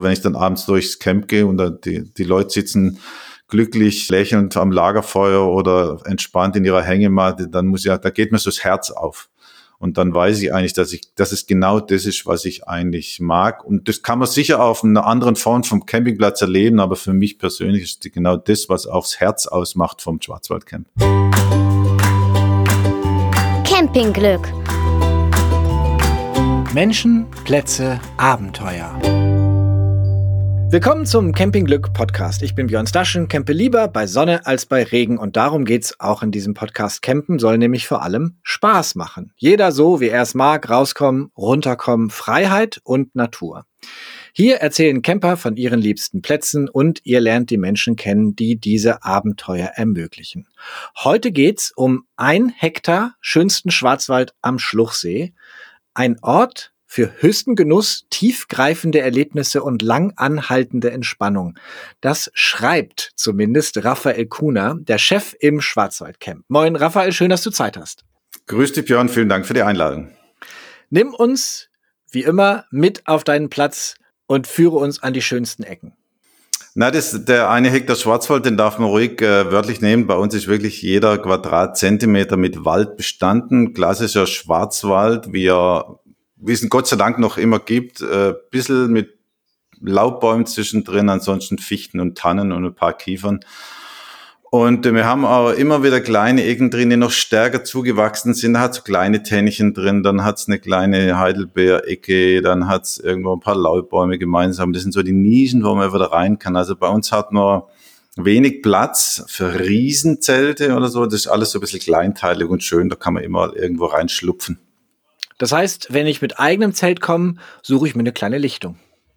Wenn ich dann abends durchs Camp gehe und die Leute sitzen glücklich, lächelnd am Lagerfeuer oder entspannt in ihrer Hängematte, da geht mir so das Herz auf. Und dann weiß ich eigentlich, dass es genau das ist, was ich eigentlich mag. Und das kann man sicher auf einer anderen Form vom Campingplatz erleben, aber für mich persönlich ist genau das, was aufs Herz ausmacht vom Schwarzwaldcamp. Campingglück. Menschen, Plätze, Abenteuer. Willkommen zum Campingglück-Podcast. Ich bin Björn Staschen, campe lieber bei Sonne als bei Regen und darum geht's auch in diesem Podcast. Campen soll nämlich vor allem Spaß machen. Jeder so, wie er es mag, rauskommen, runterkommen, Freiheit und Natur. Hier erzählen Camper von ihren liebsten Plätzen und ihr lernt die Menschen kennen, die diese Abenteuer ermöglichen. Heute geht's um 1 Hektar schönsten Schwarzwald am Schluchsee. Ein Ort für höchsten Genuss, tiefgreifende Erlebnisse und lang anhaltende Entspannung. Das schreibt zumindest Raphael Kuhner, der Chef im Schwarzwaldcamp. Moin Raphael, schön, dass du Zeit hast. Grüß dich Björn, vielen Dank für die Einladung. Nimm uns, wie immer, mit auf deinen Platz und führe uns an die schönsten Ecken. Der 1 Hektar Schwarzwald, den darf man ruhig wörtlich nehmen. Bei uns ist wirklich jeder Quadratzentimeter mit Wald bestanden. Klassischer Schwarzwald, wie es ihn Gott sei Dank noch immer gibt. Bisschen mit Laubbäumen zwischendrin, ansonsten Fichten und Tannen und ein paar Kiefern. Und wir haben auch immer wieder kleine Ecken drin, die noch stärker zugewachsen sind. Da hat es so kleine Tännchen drin, dann hat es eine kleine Heidelbeerecke, dann hat es irgendwo ein paar Laubbäume gemeinsam. Das sind so die Nischen, wo man wieder rein kann. Also bei uns hat man wenig Platz für Riesenzelte oder so. Das ist alles so ein bisschen kleinteilig und schön. Da kann man immer irgendwo reinschlupfen. Das heißt, wenn ich mit eigenem Zelt komme, suche ich mir eine kleine Lichtung.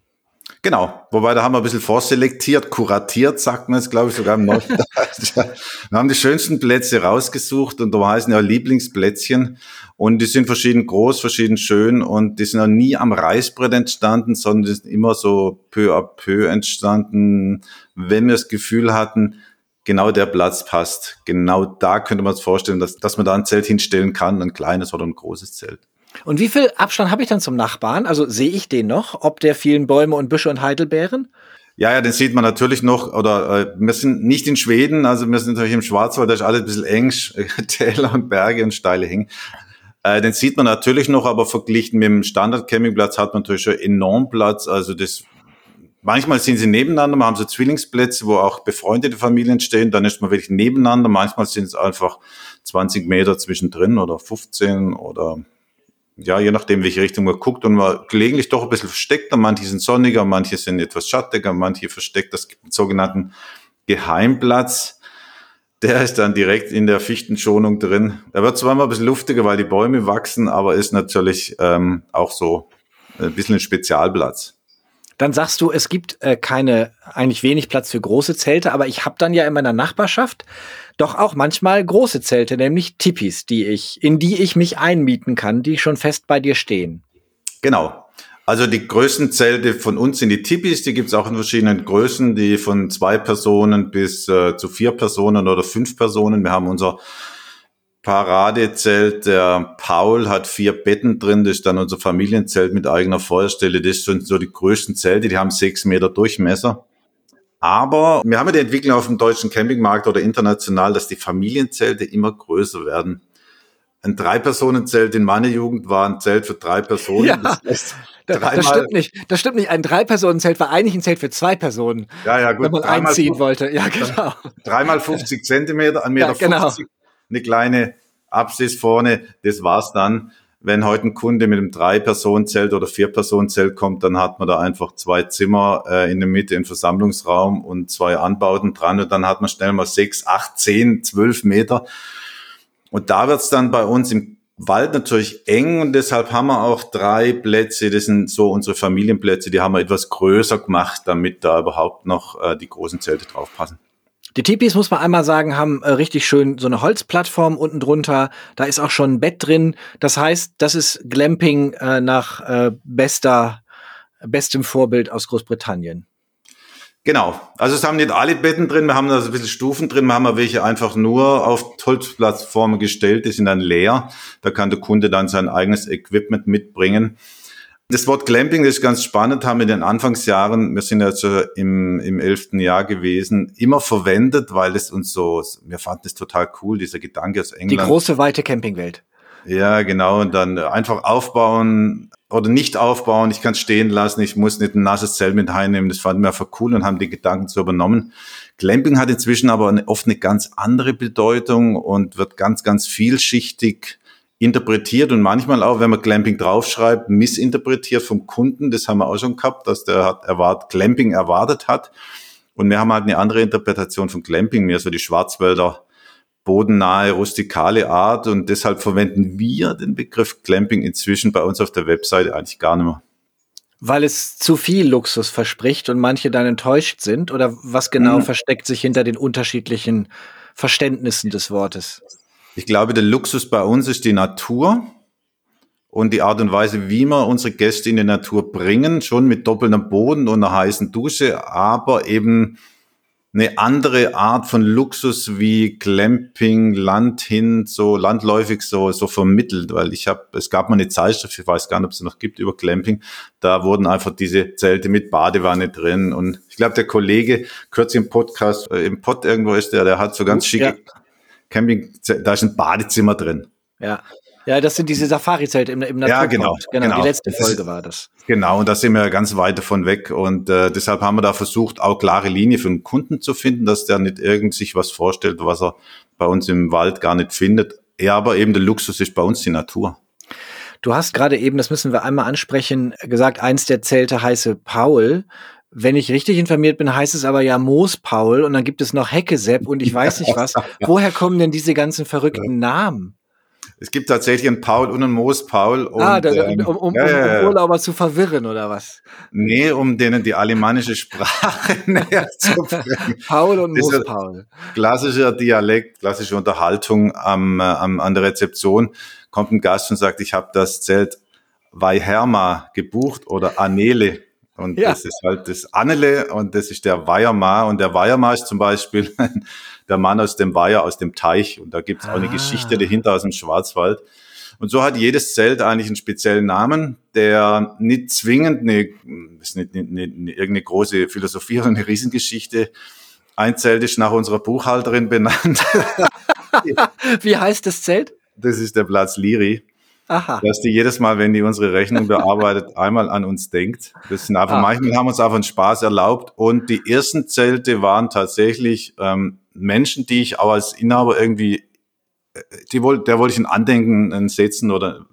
Genau, wobei da haben wir ein bisschen vorselektiert, kuratiert, sagt man jetzt, glaube ich, sogar im Norden. Wir haben die schönsten Plätze rausgesucht und da heißen ja Lieblingsplätzchen und die sind verschieden groß, verschieden schön und die sind auch nie am Reißbrett entstanden, sondern die sind immer so peu à peu entstanden, wenn wir das Gefühl hatten, genau der Platz passt. Genau da könnte man sich vorstellen, dass man da ein Zelt hinstellen kann, ein kleines oder ein großes Zelt. Und wie viel Abstand habe ich dann zum Nachbarn? Also sehe ich den noch, ob der vielen Bäume und Büsche und Heidelbeeren? Ja, den sieht man natürlich noch. Oder wir sind nicht in Schweden, also wir sind natürlich im Schwarzwald, da ist alles ein bisschen eng, Täler und Berge und steile Hänge. Den sieht man natürlich noch, aber verglichen mit dem Standard-Campingplatz hat man natürlich schon enorm Platz. Also manchmal sind sie nebeneinander, man haben so Zwillingsplätze, wo auch befreundete Familien stehen, dann ist man wirklich nebeneinander. Manchmal sind es einfach 20 Meter zwischendrin oder 15 oder ja, je nachdem, welche Richtung man guckt und man gelegentlich doch ein bisschen versteckter. Manche sind sonniger, manche sind etwas schattiger, manche versteckt. Das gibt einen sogenannten Geheimplatz. Der ist dann direkt in der Fichtenschonung drin. Er wird zwar immer ein bisschen luftiger, weil die Bäume wachsen, aber ist natürlich auch so ein bisschen ein Spezialplatz. Dann sagst du, es gibt eigentlich wenig Platz für große Zelte, aber ich habe dann ja in meiner Nachbarschaft doch auch manchmal große Zelte, nämlich Tipis, in die ich mich einmieten kann, die schon fest bei dir stehen. Genau. Also die größten Zelte von uns sind die Tipis, die gibt's auch in verschiedenen Größen, die von 2 Personen bis zu 4 Personen oder 5 Personen. Wir haben unser Paradezelt, der Paul hat 4 Betten drin, das ist dann unser Familienzelt mit eigener Feuerstelle. Das sind so die größten Zelte, die haben 6 Meter Durchmesser. Aber wir haben ja die Entwicklung auf dem deutschen Campingmarkt oder international, dass die Familienzelte immer größer werden. Ein 3-Personen-Zelt in meiner Jugend war ein Zelt für 3 Personen. Ja, das stimmt nicht. Das stimmt nicht. Ein 3-Personen-Zelt war eigentlich ein Zelt für 2 Personen. Ja, gut. Wenn man einziehen wollte. Ja, genau. 3 x 50 Zentimeter, 1,50 Meter. Ja, genau. Eine kleine Apsis vorne, das war's dann. Wenn heute ein Kunde mit einem 3-Personen-Zelt oder 4-Personen-Zelt kommt, dann hat man da einfach 2 Zimmer in der Mitte, einen Versammlungsraum und 2 Anbauten dran und dann hat man schnell mal 6, 8, 10, 12 Meter. Und da wird's dann bei uns im Wald natürlich eng und deshalb haben wir auch 3 Plätze, das sind so unsere Familienplätze, die haben wir etwas größer gemacht, damit da überhaupt noch die großen Zelte draufpassen. Die Tipis, muss man einmal sagen, haben richtig schön so eine Holzplattform unten drunter. Da ist auch schon ein Bett drin. Das heißt, das ist Glamping nach bestem Vorbild aus Großbritannien. Genau. Also es haben nicht alle Betten drin. Wir haben da so ein bisschen Stufen drin. Wir haben welche einfach nur auf Holzplattformen gestellt. Die sind dann leer. Da kann der Kunde dann sein eigenes Equipment mitbringen. Das Wort Glamping, das ist ganz spannend, haben wir in den Anfangsjahren, wir sind ja schon im 11. Jahr gewesen, immer verwendet, weil es uns wir fanden es total cool, dieser Gedanke aus England. Die große, weite Campingwelt. Ja, genau, und dann einfach aufbauen oder nicht aufbauen, ich kann es stehen lassen, ich muss nicht ein nasses Zelt mit heimnehmen, das fanden wir einfach cool und haben die Gedanken so übernommen. Glamping hat inzwischen aber oft eine ganz andere Bedeutung und wird ganz, ganz vielschichtig interpretiert und manchmal auch, wenn man Glamping draufschreibt, missinterpretiert vom Kunden. Das haben wir auch schon gehabt, dass der Glamping erwartet hat. Und wir haben halt eine andere Interpretation von Glamping, mehr so die Schwarzwälder bodennahe, rustikale Art. Und deshalb verwenden wir den Begriff Glamping inzwischen bei uns auf der Webseite eigentlich gar nicht mehr. Weil es zu viel Luxus verspricht und manche dann enttäuscht sind? Oder was genau versteckt sich hinter den unterschiedlichen Verständnissen des Wortes? Ich glaube, der Luxus bei uns ist die Natur und die Art und Weise, wie wir unsere Gäste in die Natur bringen, schon mit doppeltem Boden und einer heißen Dusche, aber eben eine andere Art von Luxus wie Glamping, landläufig so vermittelt, weil es gab mal eine Zeitschrift, ich weiß gar nicht, ob es noch gibt, über Glamping, da wurden einfach diese Zelte mit Badewanne drin und ich glaube, der Kollege, kürzlich im Podcast, im Pod irgendwo ist der hat so ganz schicke Camping, da ist ein Badezimmer drin. Ja. Ja, das sind diese Safari-Zelte im Naturpark. Ja, genau. Die letzte Folge war das. Genau, und da sind wir ganz weit davon weg. Und deshalb haben wir da versucht, auch klare Linie für den Kunden zu finden, dass der nicht sich was vorstellt, was er bei uns im Wald gar nicht findet. Ja, aber eben der Luxus ist bei uns die Natur. Du hast gerade eben, das müssen wir einmal ansprechen, gesagt, eins der Zelte heiße Paul. Wenn ich richtig informiert bin, heißt es aber ja Moos-Paul und dann gibt es noch Hecke-Sepp und ich weiß nicht was. Woher kommen denn diese ganzen verrückten Namen? Es gibt tatsächlich einen Paul und einen Moos-Paul. Um Urlauber zu verwirren, oder was? Nee, um denen die alemannische Sprache näher zu bringen. Paul und Moos-Paul. Klassischer Dialekt, klassische Unterhaltung an der Rezeption. Kommt ein Gast und sagt, ich habe das Zelt Weiherma gebucht oder Anele. Und das ist halt das Annele und das ist der Weiermar. Und der Weiermar ist zum Beispiel der Mann aus dem Weiher, aus dem Teich. Und da gibt es auch eine Geschichte dahinter aus dem Schwarzwald. Und so hat jedes Zelt eigentlich einen speziellen Namen, der nicht zwingend irgendeine große Philosophie oder eine Riesengeschichte. Ein Zelt ist nach unserer Buchhalterin benannt. Wie heißt das Zelt? Das ist der Platz Liri. Aha. Dass die jedes Mal, wenn die unsere Rechnung bearbeitet, einmal an uns denkt. Das sind einfach, manchmal haben wir uns einfach einen Spaß erlaubt. Und die ersten Zelte waren tatsächlich Menschen, die ich auch als Inhaber irgendwie, der wollte ich ein Andenken setzen oder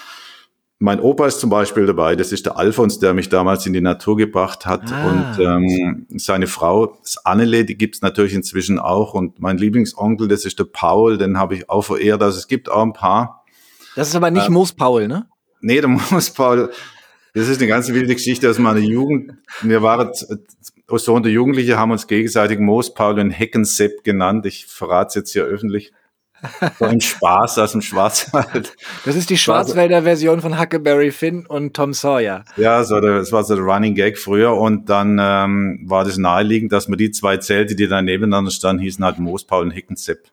mein Opa ist zum Beispiel dabei. Das ist der Alfons, der mich damals in die Natur gebracht hat. Und seine Frau, das Annele, die gibt's natürlich inzwischen auch. Und mein Lieblingsonkel, das ist der Paul, den habe ich auch verehrt. Also es gibt auch ein paar. Das ist aber nicht Moos-Paul, ne? Nee, der Moos-Paul, das ist eine ganz wilde Geschichte aus meiner Jugend. Wir waren so unter Jugendliche, haben uns gegenseitig Moos-Paul und Heckensepp genannt. Ich verrate es jetzt hier öffentlich. So ein Spaß aus dem Schwarzwald. Das ist die Schwarzwälder Version von Huckleberry Finn und Tom Sawyer. Ja, das war so der Running Gag früher. Und dann war das naheliegend, dass wir die zwei Zelte, die da nebeneinander standen, hießen halt Moos-Paul und Heckensepp.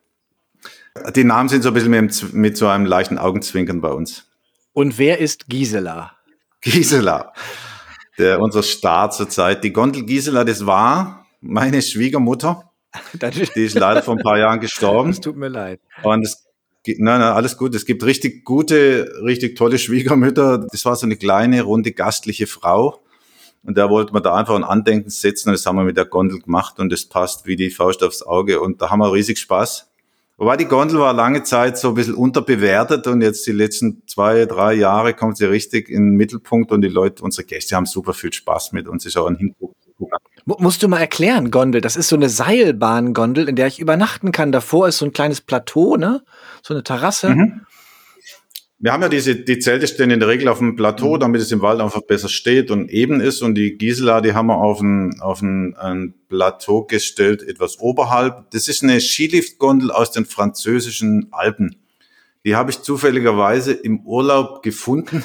Die Namen sind so ein bisschen mit so einem leichten Augenzwinkern bei uns. Und wer ist Gisela? Gisela, unser Star zurzeit. Die Gondel Gisela, das war meine Schwiegermutter. Die ist leider vor ein paar Jahren gestorben. Es tut mir leid. Und nein, alles gut. Es gibt richtig gute, richtig tolle Schwiegermütter. Das war so eine kleine, runde, gastliche Frau. Und da wollte man da einfach ein Andenken setzen. Und das haben wir mit der Gondel gemacht. Und das passt wie die Faust aufs Auge. Und da haben wir riesig Spaß. Wobei die Gondel war lange Zeit so ein bisschen unterbewertet und jetzt die letzten 2-3 Jahre kommt sie richtig in den Mittelpunkt und die Leute, unsere Gäste haben super viel Spaß mit uns, ist auch ein Hinguck. Musst du mal erklären, Gondel, das ist so eine Seilbahn-Gondel, in der ich übernachten kann. Davor ist so ein kleines Plateau, ne? So eine Terrasse. Mhm. Wir haben ja die Zelte stehen in der Regel auf dem Plateau, damit es im Wald einfach besser steht und eben ist. Und die Gisela, die haben wir auf ein Plateau gestellt, etwas oberhalb. Das ist eine Skiliftgondel aus den französischen Alpen. Die habe ich zufälligerweise im Urlaub gefunden.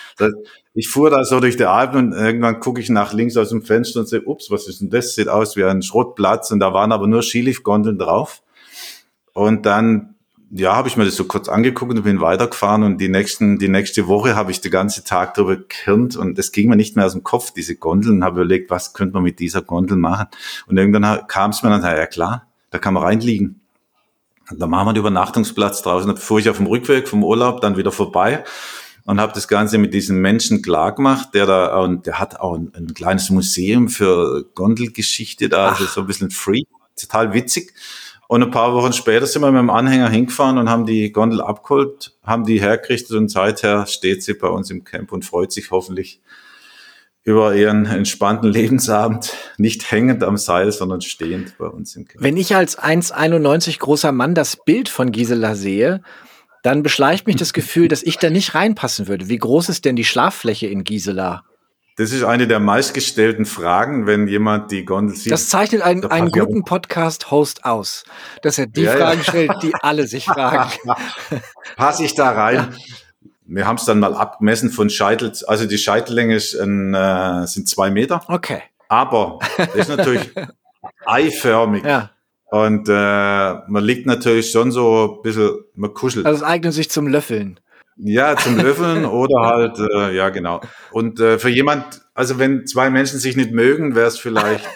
Ich fuhr da so durch die Alpen und irgendwann gucke ich nach links aus dem Fenster und sehe, ups, was ist denn das? Sieht aus wie ein Schrottplatz. Und da waren aber nur Skiliftgondeln drauf. Und dann ja, habe ich mir das so kurz angeguckt und bin weitergefahren und die nächste Woche habe ich den ganzen Tag darüber gekirnt und es ging mir nicht mehr aus dem Kopf, diese Gondeln, und habe überlegt, was könnte man mit dieser Gondel machen? Und irgendwann kam es mir dann, ja klar, da kann man reinliegen. Und dann machen wir einen Übernachtungsplatz draußen. Dann fuhr ich auf dem Rückweg vom Urlaub dann wieder vorbei und habe das Ganze mit diesem Menschen klar gemacht, der hat auch ein kleines Museum für Gondelgeschichte da, also so ein bisschen free, total witzig. Und ein paar Wochen später sind wir mit dem Anhänger hingefahren und haben die Gondel abgeholt, haben die hergerichtet und seither steht sie bei uns im Camp und freut sich hoffentlich über ihren entspannten Lebensabend, nicht hängend am Seil, sondern stehend bei uns im Camp. Wenn ich als 1,91 großer Mann das Bild von Gisela sehe, dann beschleicht mich das Gefühl, dass ich da nicht reinpassen würde. Wie groß ist denn die Schlaffläche in Gisela? Das ist eine der meistgestellten Fragen, wenn jemand die Gondel sieht. Das zeichnet einen guten Podcast-Host aus, dass er die Fragen stellt, die alle sich fragen. Passe ich da rein? Ja. Wir haben es dann mal abgemessen von Scheitel, also die Scheitellänge sind 2 Meter. Okay. Aber das ist natürlich eiförmig. Ja. Und man liegt natürlich schon so ein bisschen, man kuschelt. Also es eignet sich zum Löffeln. Ja, zum Löffeln oder halt, ja genau. Und für jemand, also wenn 2 Menschen sich nicht mögen, wäre es vielleicht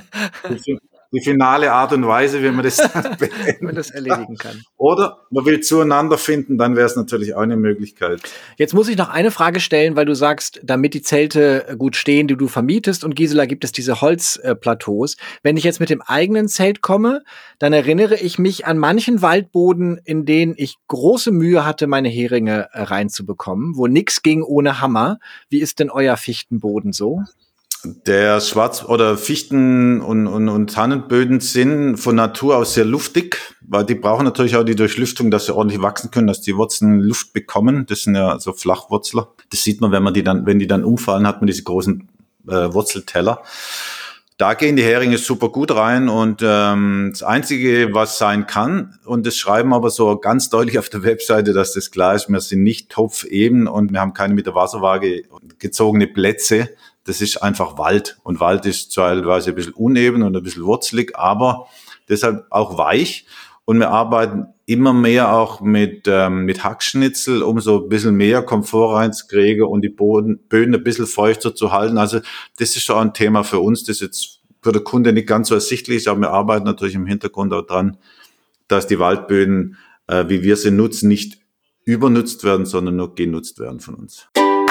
die finale Art und Weise, wie man das erledigen kann. Oder man will zueinander finden, dann wäre es natürlich auch eine Möglichkeit. Jetzt muss ich noch eine Frage stellen, weil du sagst, damit die Zelte gut stehen, die du vermietest, und Gisela, gibt es diese Holzplateaus. Wenn ich jetzt mit dem eigenen Zelt komme, dann erinnere ich mich an manchen Waldboden, in denen ich große Mühe hatte, meine Heringe reinzubekommen, wo nichts ging ohne Hammer. Wie ist denn euer Fichtenboden so? Der oder Fichten und Tannenböden sind von Natur aus sehr luftig, weil die brauchen natürlich auch die Durchlüftung, dass sie ordentlich wachsen können, dass die Wurzeln Luft bekommen. Das sind ja so Flachwurzler. Das sieht man, wenn die dann umfallen, hat man diese großen Wurzelteller. Da gehen die Heringe super gut rein und das Einzige, was sein kann, und das schreiben aber so ganz deutlich auf der Webseite, dass das klar ist, wir sind nicht topfeben und wir haben keine mit der Wasserwaage gezogene Plätze. Das ist einfach Wald und Wald ist teilweise ein bisschen uneben und ein bisschen wurzelig, aber deshalb auch weich und wir arbeiten immer mehr auch mit Hackschnitzel, um so ein bisschen mehr Komfort reinzukriegen und die Böden ein bisschen feuchter zu halten. Also das ist schon ein Thema für uns, das jetzt für den Kunde nicht ganz so ersichtlich ist, aber wir arbeiten natürlich im Hintergrund auch dran, dass die Waldböden, wie wir sie nutzen, nicht übernutzt werden, sondern nur genutzt werden von uns.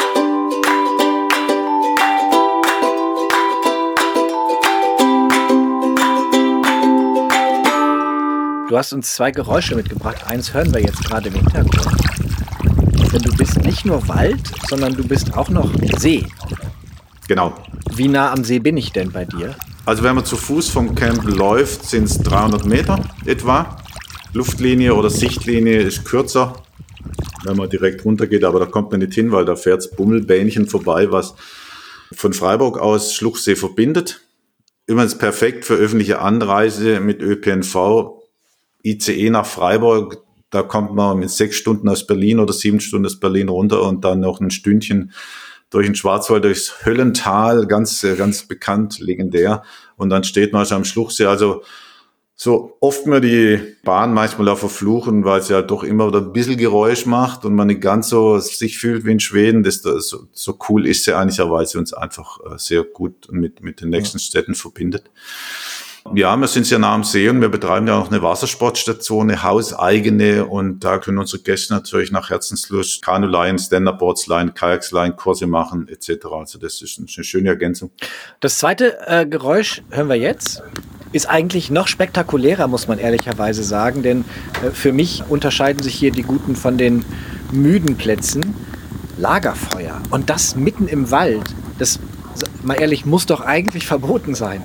Du hast uns 2 Geräusche mitgebracht. Eins hören wir jetzt gerade im Hintergrund. Denn du bist nicht nur Wald, sondern du bist auch noch See. Genau. Wie nah am See bin ich denn bei dir? Also wenn man zu Fuß vom Camp läuft, sind es 300 Meter etwa. Luftlinie oder Sichtlinie ist kürzer, wenn man direkt runtergeht, aber da kommt man nicht hin, weil da fährt das Bummelbähnchen vorbei, was von Freiburg aus Schluchsee verbindet. Übrigens perfekt für öffentliche Anreise mit ÖPNV. ICE nach Freiburg, da kommt man mit 6 Stunden aus Berlin oder 7 Stunden aus Berlin runter und dann noch ein Stündchen durch den Schwarzwald, durchs Höllental, ganz, ganz bekannt, legendär. Und dann steht man schon am Schluchsee. Also so oft mir die Bahn manchmal auch verfluchen, weil sie halt doch immer wieder ein bisschen Geräusch macht und man nicht ganz so sich fühlt wie in Schweden. So cool ist sie eigentlich, weil sie uns einfach sehr gut mit den nächsten Städten verbindet. Ja, wir sind sehr nah am See und wir betreiben ja auch eine Wassersportstation, eine hauseigene, und da können unsere Gäste natürlich nach Herzenslust Kanu leihen, Stand-Up-Boards leihen, Kajaks leihen, Kurse machen etc. Also das ist eine schöne Ergänzung. Das zweite Geräusch hören wir jetzt. Ist eigentlich noch spektakulärer, muss man ehrlicherweise sagen, denn für mich unterscheiden sich hier die guten von den müden Plätzen. Lagerfeuer und das mitten im Wald, das, mal ehrlich, muss doch eigentlich verboten sein.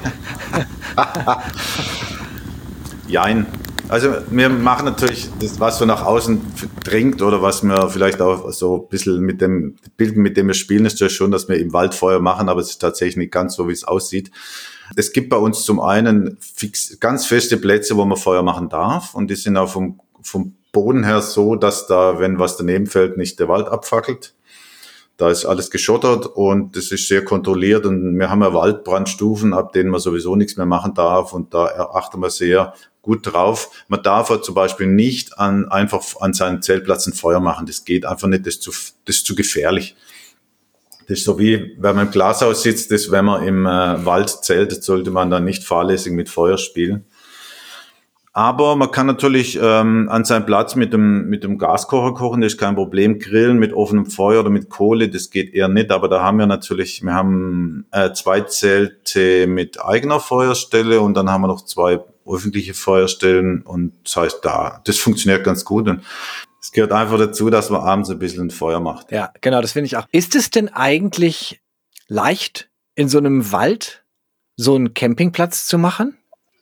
Jein. Also wir machen natürlich das, was so nach außen dringt oder was wir vielleicht auch so ein bisschen mit dem Bild, mit dem wir spielen, ist ja schon, dass wir im Wald Feuer machen, aber es ist tatsächlich nicht ganz so, wie es aussieht. Es gibt bei uns zum einen ganz feste Plätze, wo man Feuer machen darf, und die sind auch vom Boden her so, dass da, wenn was daneben fällt, nicht der Wald abfackelt. Da ist alles geschottert und das ist sehr kontrolliert und wir haben ja Waldbrandstufen, ab denen man sowieso nichts mehr machen darf und da achten wir sehr gut drauf. Man darf zum Beispiel nicht einfach an seinem Zeltplatz ein Feuer machen. Das geht einfach nicht, das ist zu gefährlich. Das ist so wie, wenn man im Glashaus sitzt, das, wenn man im Wald zeltet, sollte man dann nicht fahrlässig mit Feuer spielen. Aber man kann natürlich an seinem Platz mit dem Gaskocher kochen, das ist kein Problem. Grillen mit offenem Feuer oder mit Kohle, das geht eher nicht. Aber da haben wir haben 2 Zelte mit eigener Feuerstelle und dann haben wir noch 2 öffentliche Feuerstellen. Und das heißt, das funktioniert ganz gut. Und es gehört einfach dazu, dass man abends ein bisschen ein Feuer macht. Ja, genau, das finde ich auch. Ist es denn eigentlich leicht, in so einem Wald so einen Campingplatz zu machen?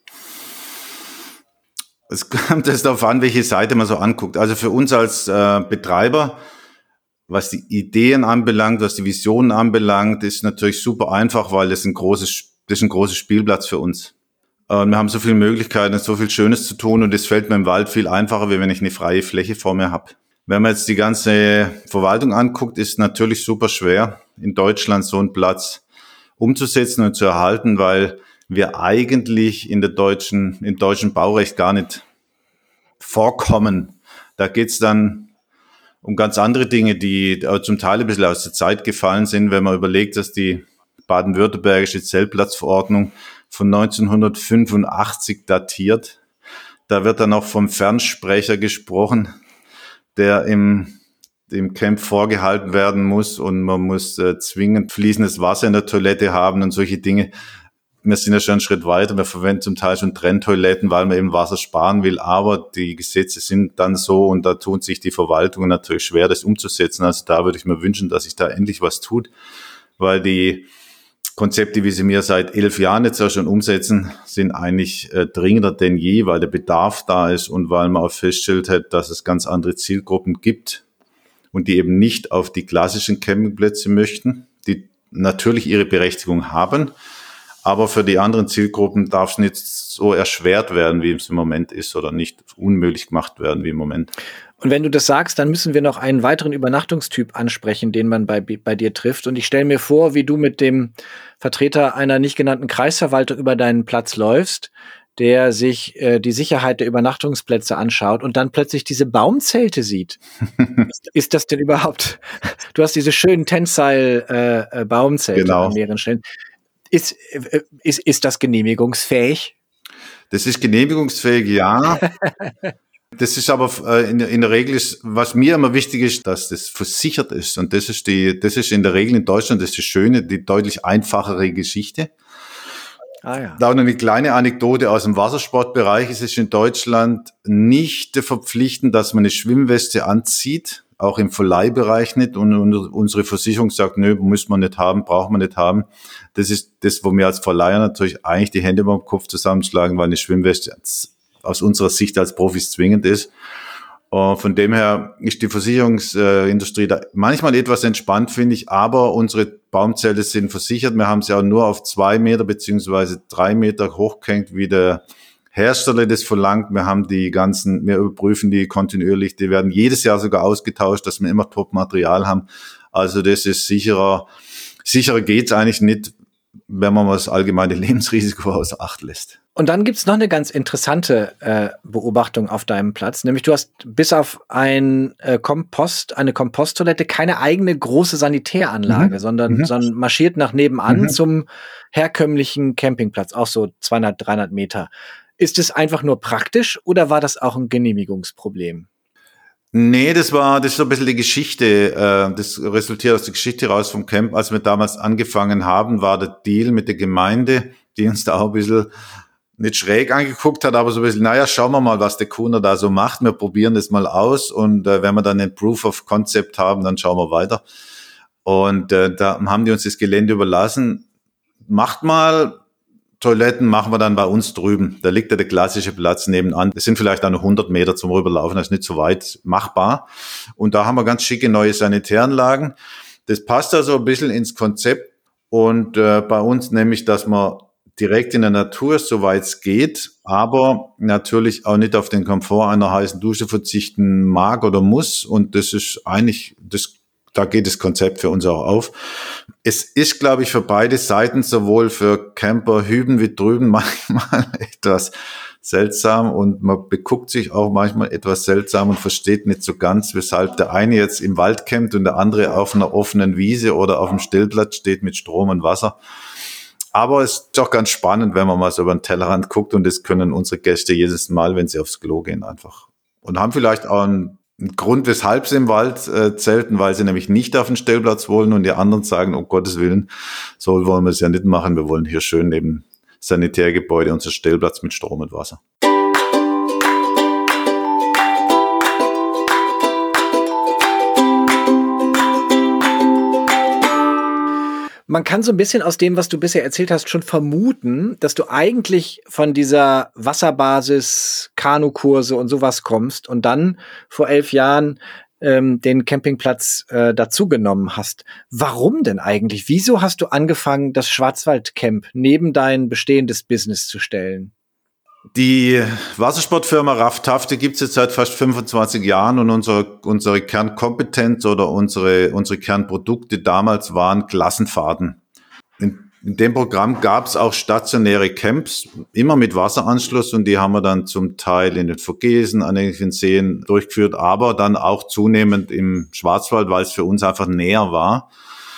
Es kommt jetzt darauf an, welche Seite man so anguckt. Also für uns als Betreiber, was die Ideen anbelangt, was die Visionen anbelangt, ist natürlich super einfach, weil das ist ein großes Spielplatz für uns. Wir haben so viele Möglichkeiten, so viel Schönes zu tun und es fällt mir im Wald viel einfacher, wie wenn ich eine freie Fläche vor mir habe. Wenn man jetzt die ganze Verwaltung anguckt, ist natürlich super schwer, in Deutschland so einen Platz umzusetzen und zu erhalten, weil wir eigentlich im deutschen Baurecht gar nicht vorkommen. Da geht's dann um ganz andere Dinge, die zum Teil ein bisschen aus der Zeit gefallen sind, wenn man überlegt, dass die baden-württembergische Zeltplatzverordnung von 1985 datiert. Da wird dann auch vom Fernsprecher gesprochen, der im Camp vorgehalten werden muss und man muss zwingend fließendes Wasser in der Toilette haben und solche Dinge. Wir sind ja schon einen Schritt weiter. Wir verwenden zum Teil schon Trenntoiletten, weil man eben Wasser sparen will. Aber die Gesetze sind dann so und da tun sich die Verwaltungen natürlich schwer, das umzusetzen. Also da würde ich mir wünschen, dass sich da endlich was tut, weil die Konzepte, wie sie mir seit 11 Jahren jetzt ja schon umsetzen, sind eigentlich dringender denn je, weil der Bedarf da ist und weil man auch festgestellt hat, dass es ganz andere Zielgruppen gibt und die eben nicht auf die klassischen Campingplätze möchten, die natürlich ihre Berechtigung haben. Aber für die anderen Zielgruppen darf es nicht so erschwert werden, wie es im Moment ist, oder nicht unmöglich gemacht werden wie im Moment. Und wenn du das sagst, dann müssen wir noch einen weiteren Übernachtungstyp ansprechen, den man bei dir trifft. Und ich stelle mir vor, wie du mit dem Vertreter einer nicht genannten Kreisverwaltung über deinen Platz läufst, der sich die Sicherheit der Übernachtungsplätze anschaut und dann plötzlich diese Baumzelte sieht. Ist das denn überhaupt? Du hast diese schönen Tensile-Baumzelte Genau. An mehreren Stellen. Ist das genehmigungsfähig? Das ist genehmigungsfähig, ja. Das ist aber in der Regel was mir immer wichtig ist, dass das versichert ist. Und das ist in der Regel in Deutschland das Schöne, die deutlich einfachere Geschichte. Ah, ja. Da auch noch eine kleine Anekdote aus dem Wassersportbereich. Es ist in Deutschland nicht verpflichtend, dass man eine Schwimmweste anzieht, auch im Verleihbereich nicht. Und unsere Versicherung sagt, nö, muss man nicht haben, braucht man nicht haben. Das ist das, wo wir als Verleiher natürlich eigentlich die Hände beim Kopf zusammenschlagen, weil eine Schwimmweste aus unserer Sicht als Profis zwingend ist. Von dem her ist die Versicherungsindustrie da manchmal etwas entspannt, finde ich, aber unsere Baumzelte sind versichert. Wir haben sie auch nur auf 2 Meter beziehungsweise 3 Meter hochgehängt, wie der Hersteller das verlangt. Wir überprüfen die kontinuierlich. Die werden jedes Jahr sogar ausgetauscht, dass wir immer Top-Material haben. Also das ist sicherer. Sicherer geht's eigentlich nicht, wenn man mal das allgemeine Lebensrisiko außer Acht lässt. Und dann gibt's noch eine ganz interessante Beobachtung auf deinem Platz, nämlich du hast bis auf eine Komposttoilette keine eigene große Sanitäranlage, sondern marschiert nach nebenan zum herkömmlichen Campingplatz, auch so 200, 300 Meter. Ist es einfach nur praktisch oder war das auch ein Genehmigungsproblem? Nee, das ist so ein bisschen die Geschichte, das resultiert aus der Geschichte raus vom Camp. Als wir damals angefangen haben, war der Deal mit der Gemeinde, die uns da auch ein bisschen nicht schräg angeguckt hat, aber so ein bisschen, naja, schauen wir mal, was der Kuno da so macht. Wir probieren das mal aus und wenn wir dann ein Proof of Concept haben, dann schauen wir weiter. Und da haben die uns das Gelände überlassen. Macht mal, Toiletten machen wir dann bei uns drüben. Da liegt ja der klassische Platz nebenan. Das sind vielleicht auch noch 100 Meter zum Rüberlaufen, das ist nicht so weit machbar. Und da haben wir ganz schicke neue Sanitäranlagen. Das passt also ein bisschen ins Konzept. Und bei uns nämlich, dass man direkt in der Natur, soweit es geht, aber natürlich auch nicht auf den Komfort einer heißen Dusche verzichten mag oder muss. Und das ist eigentlich, da geht das Konzept für uns auch auf. Es ist, glaube ich, für beide Seiten, sowohl für Camper hüben wie drüben, manchmal etwas seltsam und man beguckt sich auch manchmal etwas seltsam und versteht nicht so ganz, weshalb der eine jetzt im Wald campt und der andere auf einer offenen Wiese oder auf dem Stellplatz steht mit Strom und Wasser. Aber es ist doch ganz spannend, wenn man mal so über den Tellerrand guckt, und das können unsere Gäste jedes Mal, wenn sie aufs Klo gehen, einfach. Und haben vielleicht auch einen Grund, weshalb sie im Wald zelten, weil sie nämlich nicht auf den Stellplatz wollen, und die anderen sagen, um Gottes Willen, so wollen wir es ja nicht machen, wir wollen hier schön neben Sanitärgebäude unser Stellplatz mit Strom und Wasser. Man kann so ein bisschen aus dem, was du bisher erzählt hast, schon vermuten, dass du eigentlich von dieser Wasserbasis, Kanukurse und sowas kommst und dann vor 11 Jahren den Campingplatz dazugenommen hast. Warum denn eigentlich? Wieso hast du angefangen, das Schwarzwaldcamp neben dein bestehendes Business zu stellen? Die Wassersportfirma Raff Tafte gibt es jetzt seit fast 25 Jahren, und unsere Kernkompetenz oder unsere Kernprodukte damals waren Klassenfahrten. In dem Programm gab es auch stationäre Camps, immer mit Wasseranschluss, und die haben wir dann zum Teil in den Vogesen, an den Seen durchgeführt, aber dann auch zunehmend im Schwarzwald, weil es für uns einfach näher war.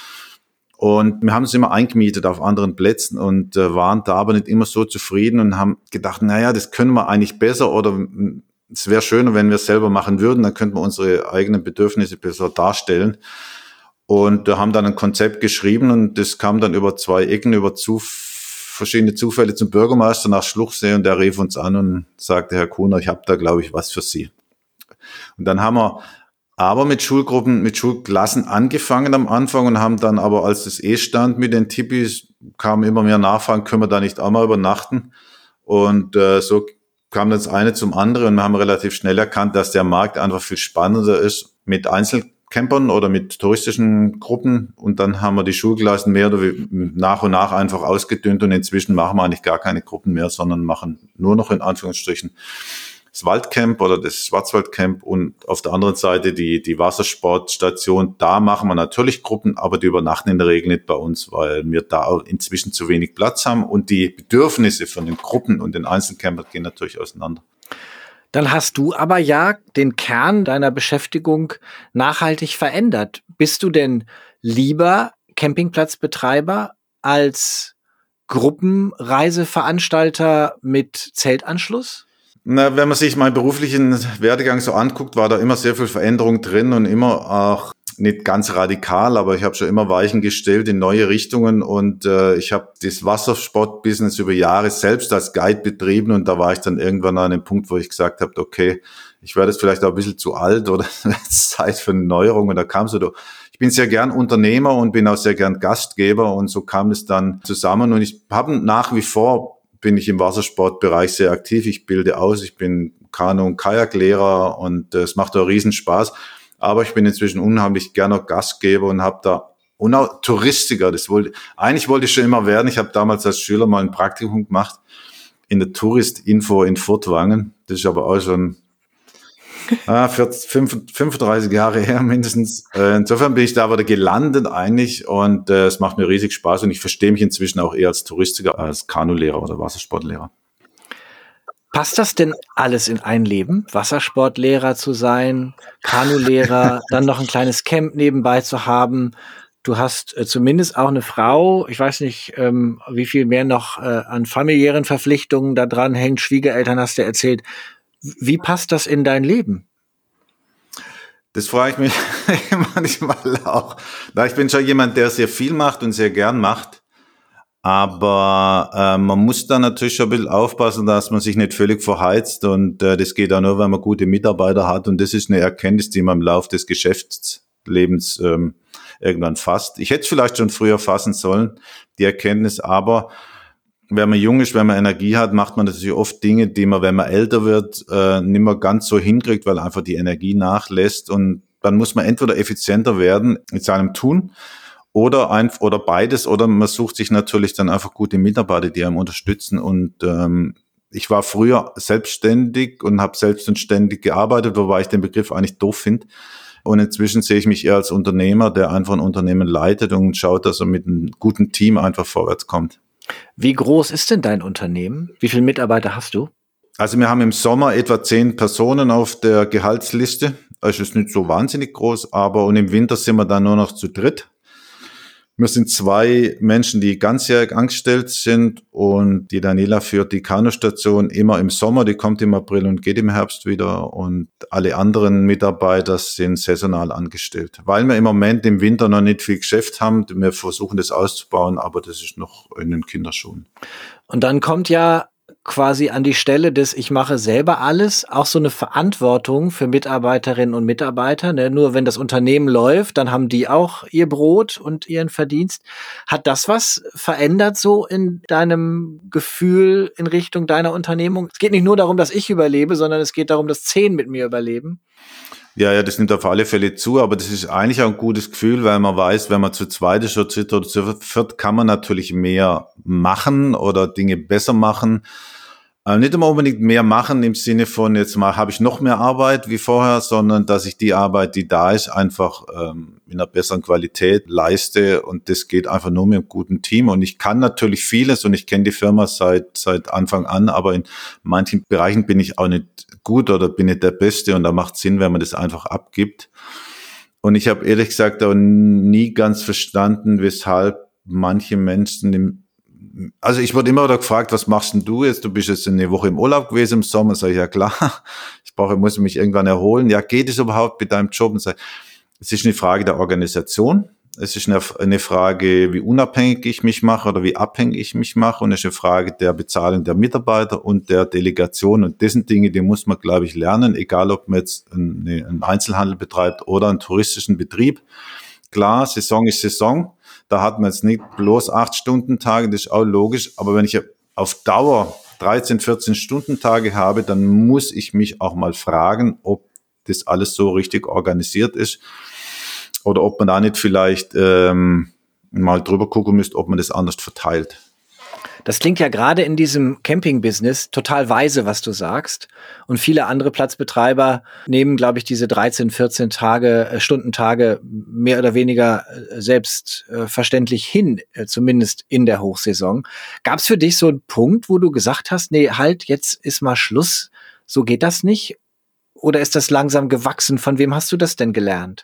Und wir haben es immer eingemietet auf anderen Plätzen und waren da aber nicht immer so zufrieden und haben gedacht, naja, das können wir eigentlich besser, oder es wäre schöner, wenn wir es selber machen würden, dann könnten wir unsere eigenen Bedürfnisse besser darstellen. Und haben dann ein Konzept geschrieben, und das kam dann über 2 Ecken, über verschiedene Zufälle zum Bürgermeister nach Schluchsee, und der rief uns an und sagte, Herr Kuhner, ich habe da, glaube ich, was für Sie. Und dann haben wir aber mit Schulgruppen, mit Schulklassen angefangen am Anfang und haben dann aber, als das stand mit den Tippis, kamen immer mehr Nachfragen, können wir da nicht auch mal übernachten? Und so kam das eine zum anderen, und wir haben relativ schnell erkannt, dass der Markt einfach viel spannender ist mit Einzelcampern oder mit touristischen Gruppen. Und dann haben wir die Schulklassen mehr oder nach und nach einfach ausgedünnt, und inzwischen machen wir eigentlich gar keine Gruppen mehr, sondern machen nur noch in Anführungsstrichen das Waldcamp oder das Schwarzwaldcamp, und auf der anderen Seite die Wassersportstation. Da machen wir natürlich Gruppen, aber die übernachten in der Regel nicht bei uns, weil wir da inzwischen zu wenig Platz haben, und die Bedürfnisse von den Gruppen und den Einzelcampern gehen natürlich auseinander. Dann hast du aber ja den Kern deiner Beschäftigung nachhaltig verändert. Bist du denn lieber Campingplatzbetreiber als Gruppenreiseveranstalter mit Zeltanschluss? Na, wenn man sich meinen beruflichen Werdegang so anguckt, war da immer sehr viel Veränderung drin und immer auch nicht ganz radikal, aber ich habe schon immer Weichen gestellt in neue Richtungen, und ich habe das Wassersport-Business über Jahre selbst als Guide betrieben, und da war ich dann irgendwann an einem Punkt, wo ich gesagt habe, okay, ich werde jetzt vielleicht auch ein bisschen zu alt oder es ist Zeit für eine Neuerung, und da kam so, ich bin sehr gern Unternehmer und bin auch sehr gern Gastgeber, und so kam es dann zusammen, und ich habe nach wie vor bin ich im Wassersportbereich sehr aktiv. Ich bilde aus, ich bin Kanu- und Kajaklehrer, und es macht auch riesen Spaß. Aber ich bin inzwischen unheimlich gerne Gastgeber und habe da, und auch Touristiker. Eigentlich wollte ich schon immer werden. Ich habe damals als Schüler mal ein Praktikum gemacht in der Touristinfo in Furtwangen. Das ist aber auch schon 35 Jahre her mindestens. Insofern bin ich da wieder gelandet eigentlich, und es macht mir riesig Spaß, und ich verstehe mich inzwischen auch eher als Touristiker, als Kanulehrer oder Wassersportlehrer. Passt das denn alles in ein Leben? Wassersportlehrer zu sein, Kanulehrer, dann noch ein kleines Camp nebenbei zu haben. Du hast zumindest auch eine Frau. Ich weiß nicht, wie viel mehr noch an familiären Verpflichtungen da dran hängt. Schwiegereltern hast du erzählt. Wie passt das in dein Leben? Das frage ich mich manchmal auch. Ich bin schon jemand, der sehr viel macht und sehr gern macht. Aber man muss da natürlich schon ein bisschen aufpassen, dass man sich nicht völlig verheizt. Und das geht auch nur, wenn man gute Mitarbeiter hat. Und das ist eine Erkenntnis, die man im Laufe des Geschäftslebens irgendwann fasst. Ich hätte es vielleicht schon früher fassen sollen, die Erkenntnis. Aber wenn man jung ist, wenn man Energie hat, macht man natürlich oft Dinge, die man, wenn man älter wird, nicht mehr ganz so hinkriegt, weil einfach die Energie nachlässt. Und dann muss man entweder effizienter werden mit seinem Tun oder beides, oder man sucht sich natürlich dann einfach gute Mitarbeiter, die einem unterstützen. Und ich war früher selbstständig und habe selbstständig gearbeitet, wobei ich den Begriff eigentlich doof finde. Und inzwischen sehe ich mich eher als Unternehmer, der einfach ein Unternehmen leitet und schaut, dass er mit einem guten Team einfach vorwärts kommt. Wie groß ist denn dein Unternehmen? Wie viele Mitarbeiter hast du? Also wir haben im Sommer etwa 10 Personen auf der Gehaltsliste. Das ist nicht so wahnsinnig groß, und im Winter sind wir dann nur noch zu dritt. Wir sind 2 Menschen, die ganzjährig angestellt sind, und die Daniela führt die Kanustation immer im Sommer, die kommt im April und geht im Herbst wieder, und alle anderen Mitarbeiter sind saisonal angestellt. Weil wir im Moment im Winter noch nicht viel Geschäft haben, wir versuchen das auszubauen, aber das ist noch in den Kinderschuhen. Und dann kommt ja quasi an die Stelle des ich mache selber alles, auch so eine Verantwortung für Mitarbeiterinnen und Mitarbeiter. Ne? Nur wenn das Unternehmen läuft, dann haben die auch ihr Brot und ihren Verdienst. Hat das was verändert so in deinem Gefühl in Richtung deiner Unternehmung? Es geht nicht nur darum, dass ich überlebe, sondern es geht darum, dass 10 mit mir überleben. Ja, das nimmt auf alle Fälle zu, aber das ist eigentlich auch ein gutes Gefühl, weil man weiß, wenn man zu zweit ist oder zu dritt oder zu viert, kann man natürlich mehr machen oder Dinge besser machen. Nicht immer unbedingt mehr machen im Sinne von, jetzt mal habe ich noch mehr Arbeit wie vorher, sondern dass ich die Arbeit, die da ist, einfach in einer besseren Qualität leiste, und das geht einfach nur mit einem guten Team. Und ich kann natürlich vieles und ich kenne die Firma seit Anfang an, aber in manchen Bereichen bin ich auch nicht gut oder bin nicht der Beste, und da macht es Sinn, wenn man das einfach abgibt. Und ich habe ehrlich gesagt auch nie ganz verstanden, weshalb manche Menschen also ich wurde immer wieder gefragt, was machst denn du jetzt? Du bist jetzt eine Woche im Urlaub gewesen im Sommer. Sag ich, ja klar, muss mich irgendwann erholen. Ja, geht es überhaupt mit deinem Job? Und sag, es ist eine Frage der Organisation. Es ist eine Frage, wie unabhängig ich mich mache oder wie abhängig ich mich mache. Und es ist eine Frage der Bezahlung der Mitarbeiter und der Delegation. Und das sind Dinge, die muss man, glaube ich, lernen, egal ob man jetzt einen Einzelhandel betreibt oder einen touristischen Betrieb. Klar, Saison ist Saison. Da hat man jetzt nicht bloß 8-Stunden-Tage, das ist auch logisch. Aber wenn ich auf Dauer 13, 14-Stunden-Tage habe, dann muss ich mich auch mal fragen, ob das alles so richtig organisiert ist oder ob man da nicht vielleicht mal drüber gucken müsste, ob man das anders verteilt. Das klingt ja gerade in diesem Camping-Business total weise, was du sagst. Und viele andere Platzbetreiber nehmen, glaube ich, diese 13, 14 Stundentage mehr oder weniger selbstverständlich hin, zumindest in der Hochsaison. Gab es für dich so einen Punkt, wo du gesagt hast, nee, halt, jetzt ist mal Schluss, so geht das nicht? Oder ist das langsam gewachsen? Von wem hast du das denn gelernt?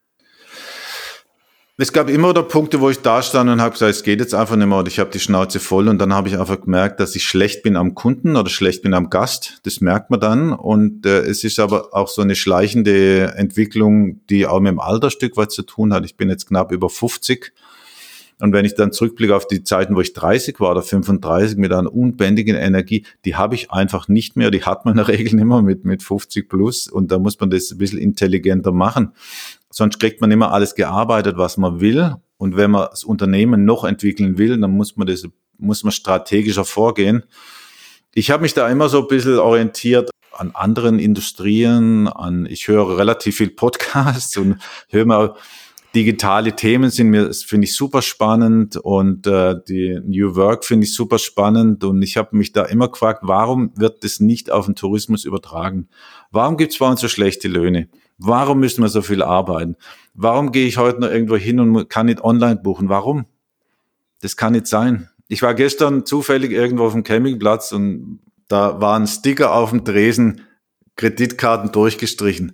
Es gab immer wieder Punkte, wo ich da stand und habe gesagt, es geht jetzt einfach nicht mehr, oder ich habe die Schnauze voll, und dann habe ich einfach gemerkt, dass ich schlecht bin am Kunden oder schlecht bin am Gast. Das merkt man dann, und es ist aber auch so eine schleichende Entwicklung, die auch mit dem Alter ein Stück weit zu tun hat. Ich bin jetzt knapp über 50, und wenn ich dann zurückblicke auf die Zeiten, wo ich 30 war oder 35 mit einer unbändigen Energie, die habe ich einfach nicht mehr, die hat man in der Regel nicht mehr mit 50 plus, und da muss man das ein bisschen intelligenter machen. Sonst kriegt man immer alles gearbeitet, was man will. Und wenn man das Unternehmen noch entwickeln will, dann muss man strategischer vorgehen. Ich habe mich da immer so ein bisschen orientiert an anderen Industrien, ich höre relativ viel Podcasts und höre mal, digitale Themen finde ich super spannend, und die New Work finde ich super spannend, und ich habe mich da immer gefragt, warum wird das nicht auf den Tourismus übertragen? Warum gibt es bei uns so schlechte Löhne? Warum müssen wir so viel arbeiten? Warum gehe ich heute noch irgendwo hin und kann nicht online buchen? Warum? Das kann nicht sein. Ich war gestern zufällig irgendwo auf dem Campingplatz, und da war ein Sticker auf dem Tresen, Kreditkarten durchgestrichen.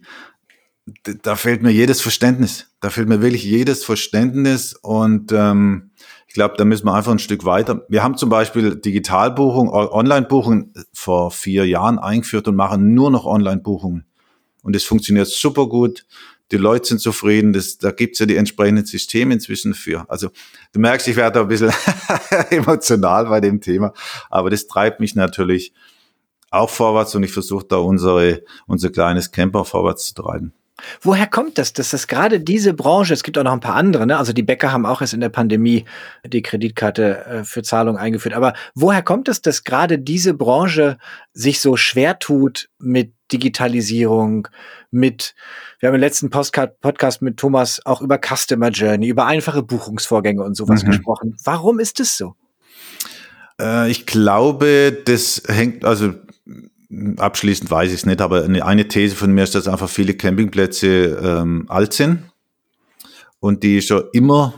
Da fehlt mir jedes Verständnis. Da fehlt mir wirklich jedes Verständnis, und ich glaube, da müssen wir einfach ein Stück weiter. Wir haben zum Beispiel Digitalbuchung, Online-Buchungen vor 4 Jahren eingeführt und machen nur noch Online-Buchungen. Und es funktioniert super gut. Die Leute sind zufrieden. Da gibt's ja die entsprechenden Systeme inzwischen für. Also du merkst, ich werde da ein bisschen emotional bei dem Thema. Aber das treibt mich natürlich auch vorwärts, und ich versuche da unser kleines Camper vorwärts zu treiben. Woher kommt das, dass das gerade diese Branche, es gibt auch noch ein paar andere, ne? Also die Bäcker haben auch erst in der Pandemie die Kreditkarte für Zahlung eingeführt. Aber woher kommt es, dass gerade diese Branche sich so schwer tut mit Digitalisierung, wir haben im letzten Podcast mit Thomas auch über Customer Journey, über einfache Buchungsvorgänge und sowas gesprochen. Warum ist es so? Ich glaube, das hängt, also Abschließend weiß ich es nicht, aber eine These von mir ist, dass einfach viele Campingplätze alt sind und die schon immer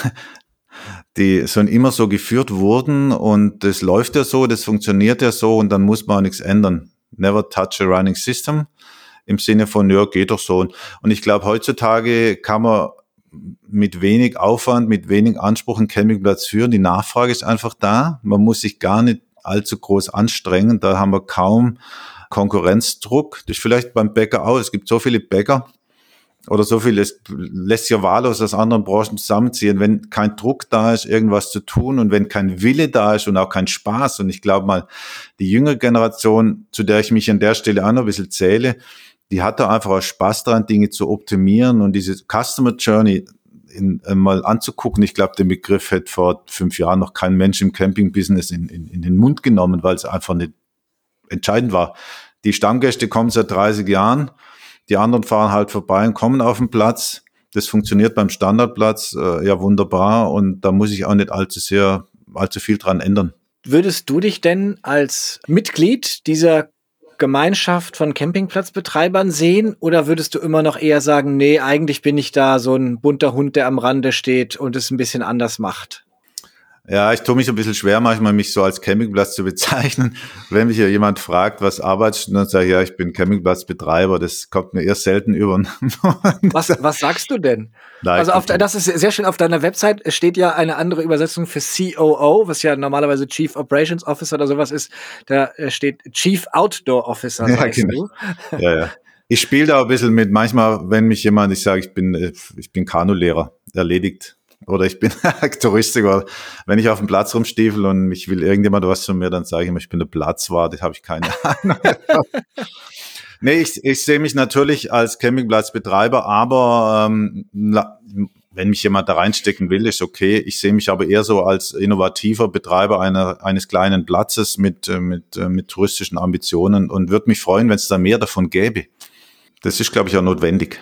so geführt wurden und das läuft ja so, das funktioniert ja so und dann muss man auch nichts ändern. Never touch a running system im Sinne von, ja, geht doch so. Und ich glaube, heutzutage kann man mit wenig Aufwand, mit wenig Anspruch einen Campingplatz führen. Die Nachfrage ist einfach da. Man muss sich gar nicht allzu groß anstrengen. Da haben wir kaum Konkurrenzdruck. Das ist vielleicht beim Bäcker auch. Es gibt so viele Bäcker oder so viele, es lässt sich ja wahllos aus anderen Branchen zusammenziehen. Wenn kein Druck da ist, irgendwas zu tun und wenn kein Wille da ist und auch kein Spaß. Und ich glaube mal, die jüngere Generation, zu der ich mich an der Stelle auch noch ein bisschen zähle, die hat da einfach auch Spaß daran, Dinge zu optimieren und diese Customer Journey mal anzugucken. Ich glaube, den Begriff hätte vor 5 Jahren noch kein Mensch im Camping-Business in den Mund genommen, weil es einfach nicht entscheidend war. Die Stammgäste kommen seit 30 Jahren, die anderen fahren halt vorbei und kommen auf den Platz. Das funktioniert beim Standardplatz ja wunderbar und da muss ich auch nicht allzu viel dran ändern. Würdest du dich denn als Mitglied dieser Gemeinschaft von Campingplatzbetreibern sehen oder würdest du immer noch eher sagen, nee, eigentlich bin ich da so ein bunter Hund, der am Rande steht und es ein bisschen anders macht? Ja, ich tue mich ein bisschen schwer, manchmal mich so als Campingplatz zu bezeichnen. Wenn mich ja jemand fragt, was arbeitest du, dann sage ich, ja, ich bin Campingplatzbetreiber. Das kommt mir eher selten über. Was sagst du denn? Nein, also das ist sehr schön, auf deiner Website steht ja eine andere Übersetzung für COO, was ja normalerweise Chief Operations Officer oder sowas ist. Da steht Chief Outdoor Officer, sagst genau. du. Ja. Ich spiele da ein bisschen mit. Manchmal, wenn mich jemand, ich sage, ich bin Kanulehrer, erledigt. Oder ich bin Touristiker. Wenn ich auf dem Platz rumstiefel und mich will irgendjemand was von mir, dann sage ich immer, ich bin der Platzwart, das habe ich keine Ahnung. Nee, ich sehe mich natürlich als Campingplatzbetreiber, aber wenn mich jemand da reinstecken will, ist okay. Ich sehe mich aber eher so als innovativer Betreiber eines kleinen Platzes mit touristischen Ambitionen und würde mich freuen, wenn es da mehr davon gäbe. Das ist, glaube ich, auch notwendig.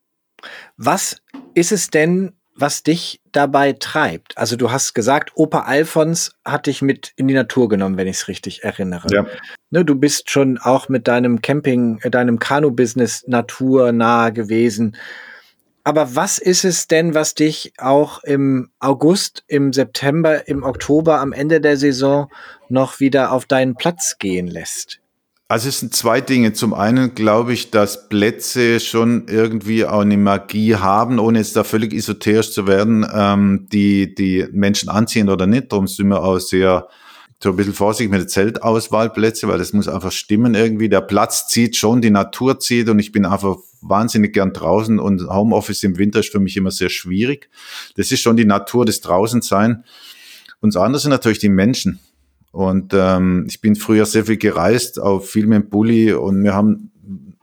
Was ist es denn, was dich dabei treibt? Also du hast gesagt, Opa Alfons hat dich mit in die Natur genommen, wenn ich es richtig erinnere. Ja. Ne, du bist schon auch mit deinem deinem Kanu-Business naturnah gewesen. Aber was ist es denn, was dich auch im August, im September, im Oktober, am Ende der Saison noch wieder auf deinen Platz gehen lässt? Also es sind 2 Dinge. Zum einen glaube ich, dass Plätze schon irgendwie auch eine Magie haben, ohne jetzt da völlig esoterisch zu werden, die Menschen anziehen oder nicht. Darum sind wir auch so ein bisschen vorsichtig mit der Zeltauswahlplätze, weil das muss einfach stimmen irgendwie. Der Platz zieht schon, die Natur zieht und ich bin einfach wahnsinnig gern draußen und Homeoffice im Winter ist für mich immer sehr schwierig. Das ist schon die Natur des Draußensein. Und das andere sind natürlich die Menschen. Und ich bin früher sehr viel gereist, auch viel mit dem Bulli und wir haben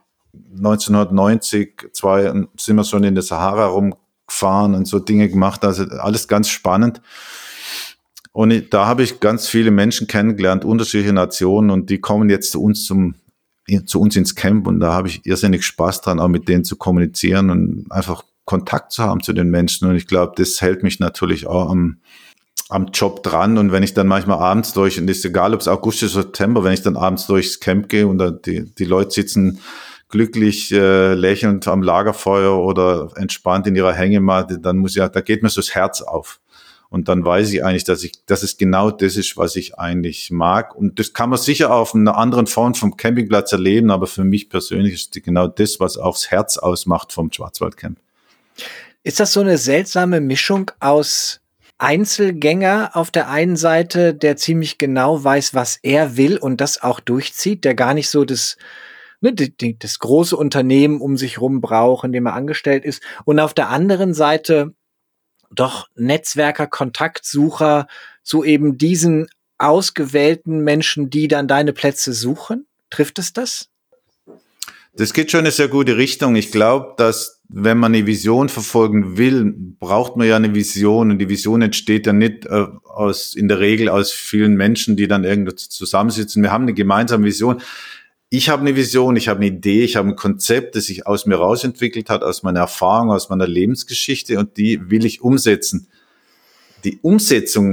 1990 sind wir schon in der Sahara rumgefahren und so Dinge gemacht, also alles ganz spannend. Und da habe ich ganz viele Menschen kennengelernt, unterschiedliche Nationen und die kommen jetzt zu uns ins Camp und da habe ich irrsinnig Spaß dran, auch mit denen zu kommunizieren und einfach Kontakt zu haben zu den Menschen und ich glaube, das hält mich natürlich auch am Job dran und wenn ich dann manchmal abends und ist egal, ob es August ist oder September, wenn ich dann abends durchs Camp gehe und die Leute sitzen glücklich lächelnd am Lagerfeuer oder entspannt in ihrer Hängematte, da geht mir so das Herz auf. Und dann weiß ich eigentlich, dass es genau das ist, was ich eigentlich mag. Und das kann man sicher auf einer anderen Form vom Campingplatz erleben, aber für mich persönlich ist genau das, was aufs Herz ausmacht vom Schwarzwaldcamp. Ist das so eine seltsame Mischung aus Einzelgänger auf der einen Seite, der ziemlich genau weiß, was er will und das auch durchzieht, der gar nicht so das große Unternehmen um sich rum braucht, in dem er angestellt ist, und auf der anderen Seite doch Netzwerker, Kontaktsucher zu eben diesen ausgewählten Menschen, die dann deine Plätze suchen? Trifft es das? Das geht schon in eine sehr gute Richtung. Ich glaube, dass wenn man eine Vision verfolgen will, braucht man ja eine Vision und die Vision entsteht ja nicht in der Regel aus vielen Menschen, die dann irgendwo zusammensitzen. Wir haben eine gemeinsame Vision. Ich habe eine Vision, ich habe eine Idee, ich habe ein Konzept, das sich aus mir rausentwickelt hat, aus meiner Erfahrung, aus meiner Lebensgeschichte und die will ich umsetzen. Die Umsetzung,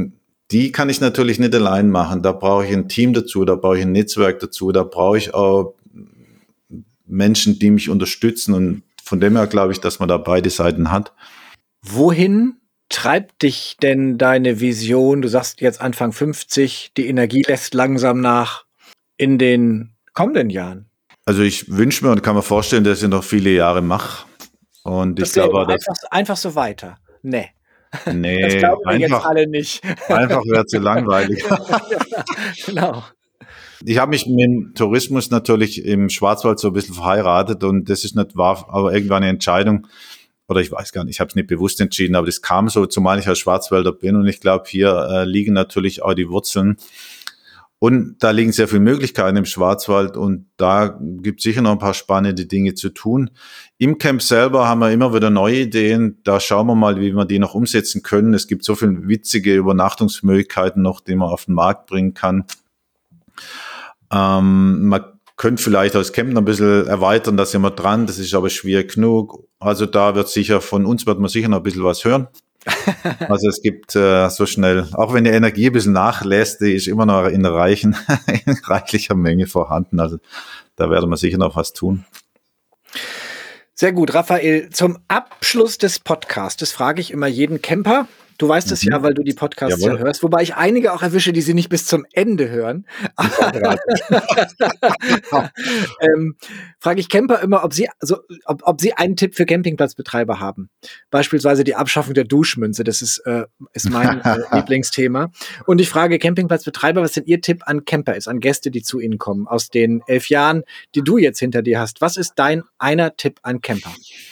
die kann ich natürlich nicht allein machen. Da brauche ich ein Team dazu, da brauche ich ein Netzwerk dazu, da brauche ich auch Menschen, die mich unterstützen. Und von dem her glaube ich, dass man da beide Seiten hat. Wohin treibt dich denn deine Vision? Du sagst jetzt Anfang 50, die Energie lässt langsam nach in den kommenden Jahren. Also ich wünsche mir und kann mir vorstellen, dass ich noch viele Jahre mache. Und ich glaube, einfach so weiter. Nee. Nee, das glauben wir jetzt alle nicht. Einfach wäre zu langweilig. Ja, genau. Ich habe mich mit dem Tourismus natürlich im Schwarzwald so ein bisschen verheiratet und das war aber irgendwann eine Entscheidung, oder ich weiß gar nicht, ich habe es nicht bewusst entschieden, aber das kam so, zumal ich als Schwarzwälder bin und ich glaube, hier liegen natürlich auch die Wurzeln und da liegen sehr viele Möglichkeiten im Schwarzwald und da gibt es sicher noch ein paar spannende Dinge zu tun. Im Camp selber haben wir immer wieder neue Ideen, da schauen wir mal, wie wir die noch umsetzen können. Es gibt so viele witzige Übernachtungsmöglichkeiten noch, die man auf den Markt bringen kann. Man könnte vielleicht das Camp noch ein bisschen erweitern, da sind wir dran, das ist aber schwierig genug. Also da wird man sicher noch ein bisschen was hören. Also es gibt so schnell, auch wenn die Energie ein bisschen nachlässt, die ist immer noch in reichlicher Menge vorhanden. Also da werden wir sicher noch was tun. Sehr gut, Raphael. Zum Abschluss des Podcastes frage ich immer jeden Camper. Du weißt es ja, weil du die Podcasts ja hörst, wobei ich einige auch erwische, die sie nicht bis zum Ende hören. Frage ich Camper immer, ob sie einen Tipp für Campingplatzbetreiber haben. Beispielsweise die Abschaffung der Duschmünze, das ist mein Lieblingsthema. Und ich frage Campingplatzbetreiber, was denn ihr Tipp an Camper ist, an Gäste, die zu ihnen kommen, aus den 11 Jahren, die du jetzt hinter dir hast. Was ist dein einer Tipp an Camper?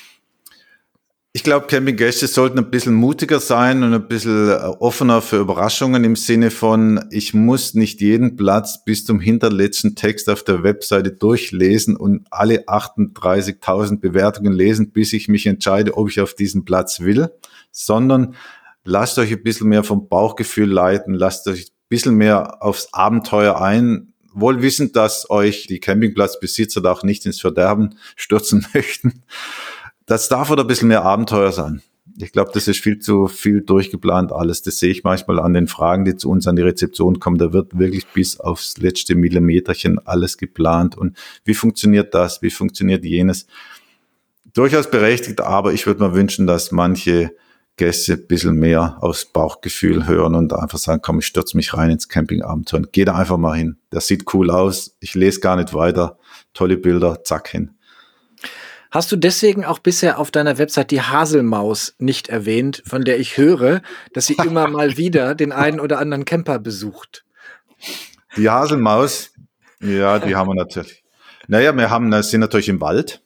Ich glaube, Campinggäste sollten ein bisschen mutiger sein und ein bisschen offener für Überraschungen im Sinne von, ich muss nicht jeden Platz bis zum hinterletzten Text auf der Webseite durchlesen und alle 38.000 Bewertungen lesen, bis ich mich entscheide, ob ich auf diesen Platz will, sondern lasst euch ein bisschen mehr vom Bauchgefühl leiten, lasst euch ein bisschen mehr aufs Abenteuer ein, wohl wissend, dass euch die Campingplatzbesitzer da auch nicht ins Verderben stürzen möchten. Das darf oder ein bisschen mehr Abenteuer sein. Ich glaube, das ist viel zu viel durchgeplant alles. Das sehe ich manchmal an den Fragen, die zu uns an die Rezeption kommen. Da wird wirklich bis aufs letzte Millimeterchen alles geplant. Und wie funktioniert das? Wie funktioniert jenes? Durchaus berechtigt, aber ich würde mir wünschen, dass manche Gäste ein bisschen mehr aufs Bauchgefühl hören und einfach sagen, komm, ich stürze mich rein ins Campingabenteuer. Geh da einfach mal hin. Das sieht cool aus. Ich lese gar nicht weiter. Tolle Bilder, zack, hin. Hast du deswegen auch bisher auf deiner Website die Haselmaus nicht erwähnt, von der ich höre, dass sie immer mal wieder den einen oder anderen Camper besucht? Die Haselmaus, ja, die haben wir natürlich. Naja, sind natürlich im Wald.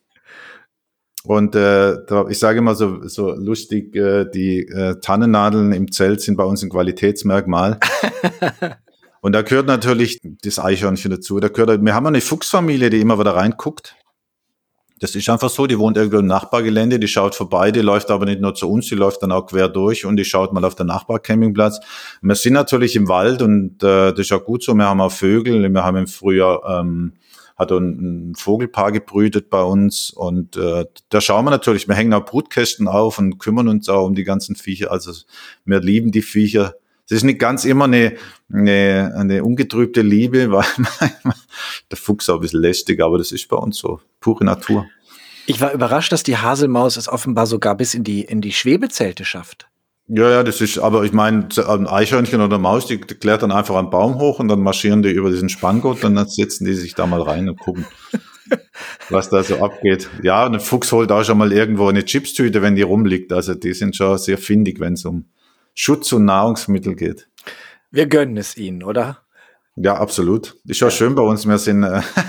Und ich sage immer so lustig, die Tannennadeln im Zelt sind bei uns ein Qualitätsmerkmal. Und da gehört natürlich das Eichhörnchen dazu. Wir haben eine Fuchsfamilie, die immer wieder reinguckt. Das ist einfach so, die wohnt irgendwo im Nachbargelände, die schaut vorbei, die läuft aber nicht nur zu uns, die läuft dann auch quer durch und die schaut mal auf den Nachbarcampingplatz. Wir sind natürlich im Wald und das ist auch gut so, wir haben auch Vögel, wir haben im Frühjahr hat ein Vogelpaar gebrütet bei uns und da schauen wir natürlich, wir hängen auch Brutkästen auf und kümmern uns auch um die ganzen Viecher, also wir lieben die Viecher. Es ist nicht ganz immer eine ungetrübte Liebe, weil der Fuchs auch ein bisschen lästig, aber das ist bei uns so, pure Natur. Ich war überrascht, dass die Haselmaus es offenbar sogar bis in die Schwebezelte schafft. Ja, das ist, aber ich meine, ein Eichhörnchen oder eine Maus, die klettern einfach am Baum hoch und dann marschieren die über diesen Spanngurt und dann setzen die sich da mal rein und gucken, was da so abgeht. Ja, und ein Fuchs holt auch schon mal irgendwo eine Chipstüte, wenn die rumliegt. Also die sind schon sehr findig, wenn es um Schutz und Nahrungsmittel geht. Wir gönnen es ihnen, oder? Ja, absolut. Ist ja schön bei uns. Wir sind,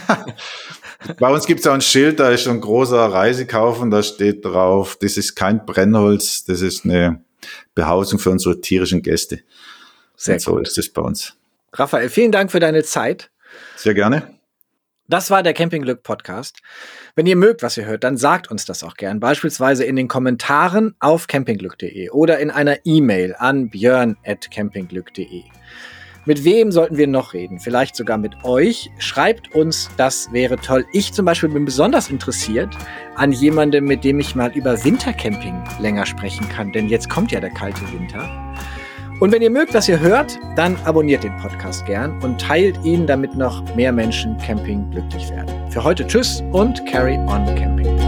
bei uns gibt es auch ein Schild, da ist so ein großer Reisekauf und da steht drauf, das ist kein Brennholz, das ist eine Behausung für unsere tierischen Gäste. Sehr und so gut. Ist es bei uns. Raphael, vielen Dank für deine Zeit. Sehr gerne. Das war der Campingglück Podcast. Wenn ihr mögt, was ihr hört, dann sagt uns das auch gern. Beispielsweise in den Kommentaren auf campingglück.de oder in einer E-Mail an björn@campingglück.de. Mit wem sollten wir noch reden? Vielleicht sogar mit euch. Schreibt uns, das wäre toll. Ich zum Beispiel bin besonders interessiert an jemandem, mit dem ich mal über Wintercamping länger sprechen kann. Denn jetzt kommt ja der kalte Winter. Und wenn ihr mögt, was ihr hört, dann abonniert den Podcast gern und teilt ihn, damit noch mehr Menschen Camping glücklich werden. Für heute tschüss und carry on camping.